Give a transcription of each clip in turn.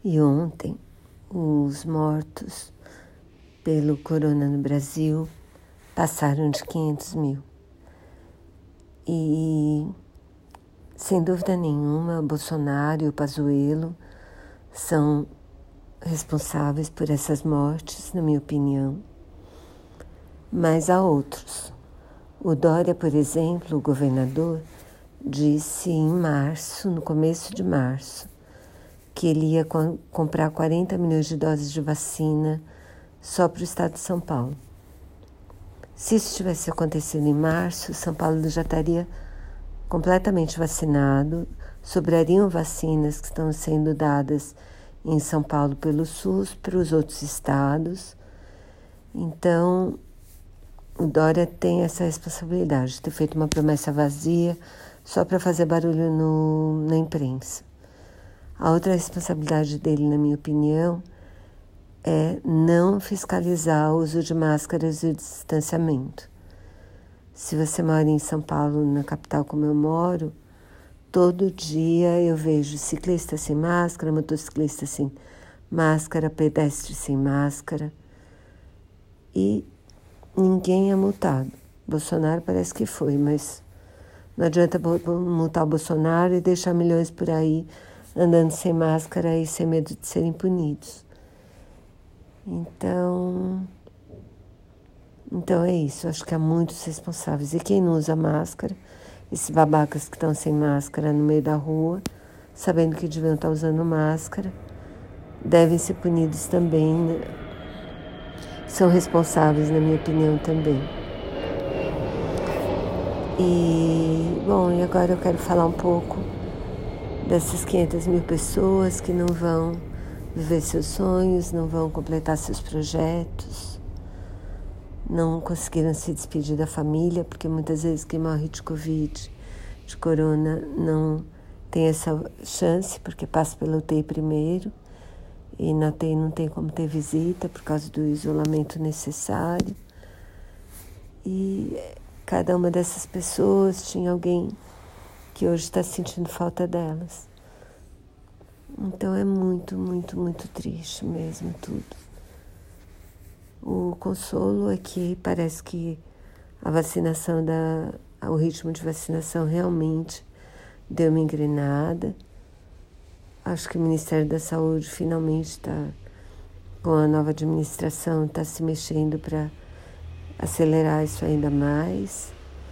E ontem, os mortos pelo corona no Brasil passaram de 500 mil. E, sem dúvida nenhuma, Bolsonaro e o Pazuello são responsáveis por essas mortes, na minha opinião. Mas há outros. O Dória, por exemplo, o governador, disse em março, no começo de março, que ele ia comprar 40 milhões de doses de vacina só para o estado de São Paulo. Se isso tivesse acontecido em março, São Paulo já estaria completamente vacinado, sobrariam vacinas que estão sendo dadas em São Paulo pelo SUS para os outros estados. Então, o Dória tem essa responsabilidade de ter feito uma promessa vazia só para fazer barulho na imprensa. A outra responsabilidade dele, na minha opinião, é não fiscalizar o uso de máscaras e o distanciamento. Se você mora em São Paulo, na capital como eu moro, todo dia eu vejo ciclista sem máscara, motociclista sem máscara, pedestre sem máscara e ninguém é multado. Bolsonaro parece que foi, mas não adianta multar o Bolsonaro e deixar milhões por aí andando sem máscara e sem medo de serem punidos. Então é isso, acho que há muitos responsáveis. E quem não usa máscara, esses babacas que estão sem máscara no meio da rua, sabendo que deviam estar usando máscara, devem ser punidos também, né? São responsáveis, na minha opinião, também. E agora eu quero falar um pouco dessas 500 mil pessoas que não vão viver seus sonhos, não vão completar seus projetos, não conseguiram se despedir da família, porque muitas vezes quem morre de Covid, de corona, não tem essa chance, porque passa pela UTI primeiro, e na UTI não tem como ter visita por causa do isolamento necessário. E cada uma dessas pessoas tinha alguém que hoje está sentindo falta delas. Então é muito, muito, muito triste mesmo tudo. O consolo é que parece que o ritmo de vacinação realmente deu uma engrenada. Acho que o Ministério da Saúde finalmente está, com a nova administração, está se mexendo para acelerar isso ainda mais.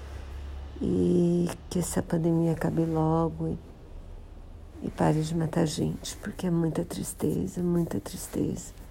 E que essa pandemia acabe logo e pare de matar gente, porque é muita tristeza, muita tristeza.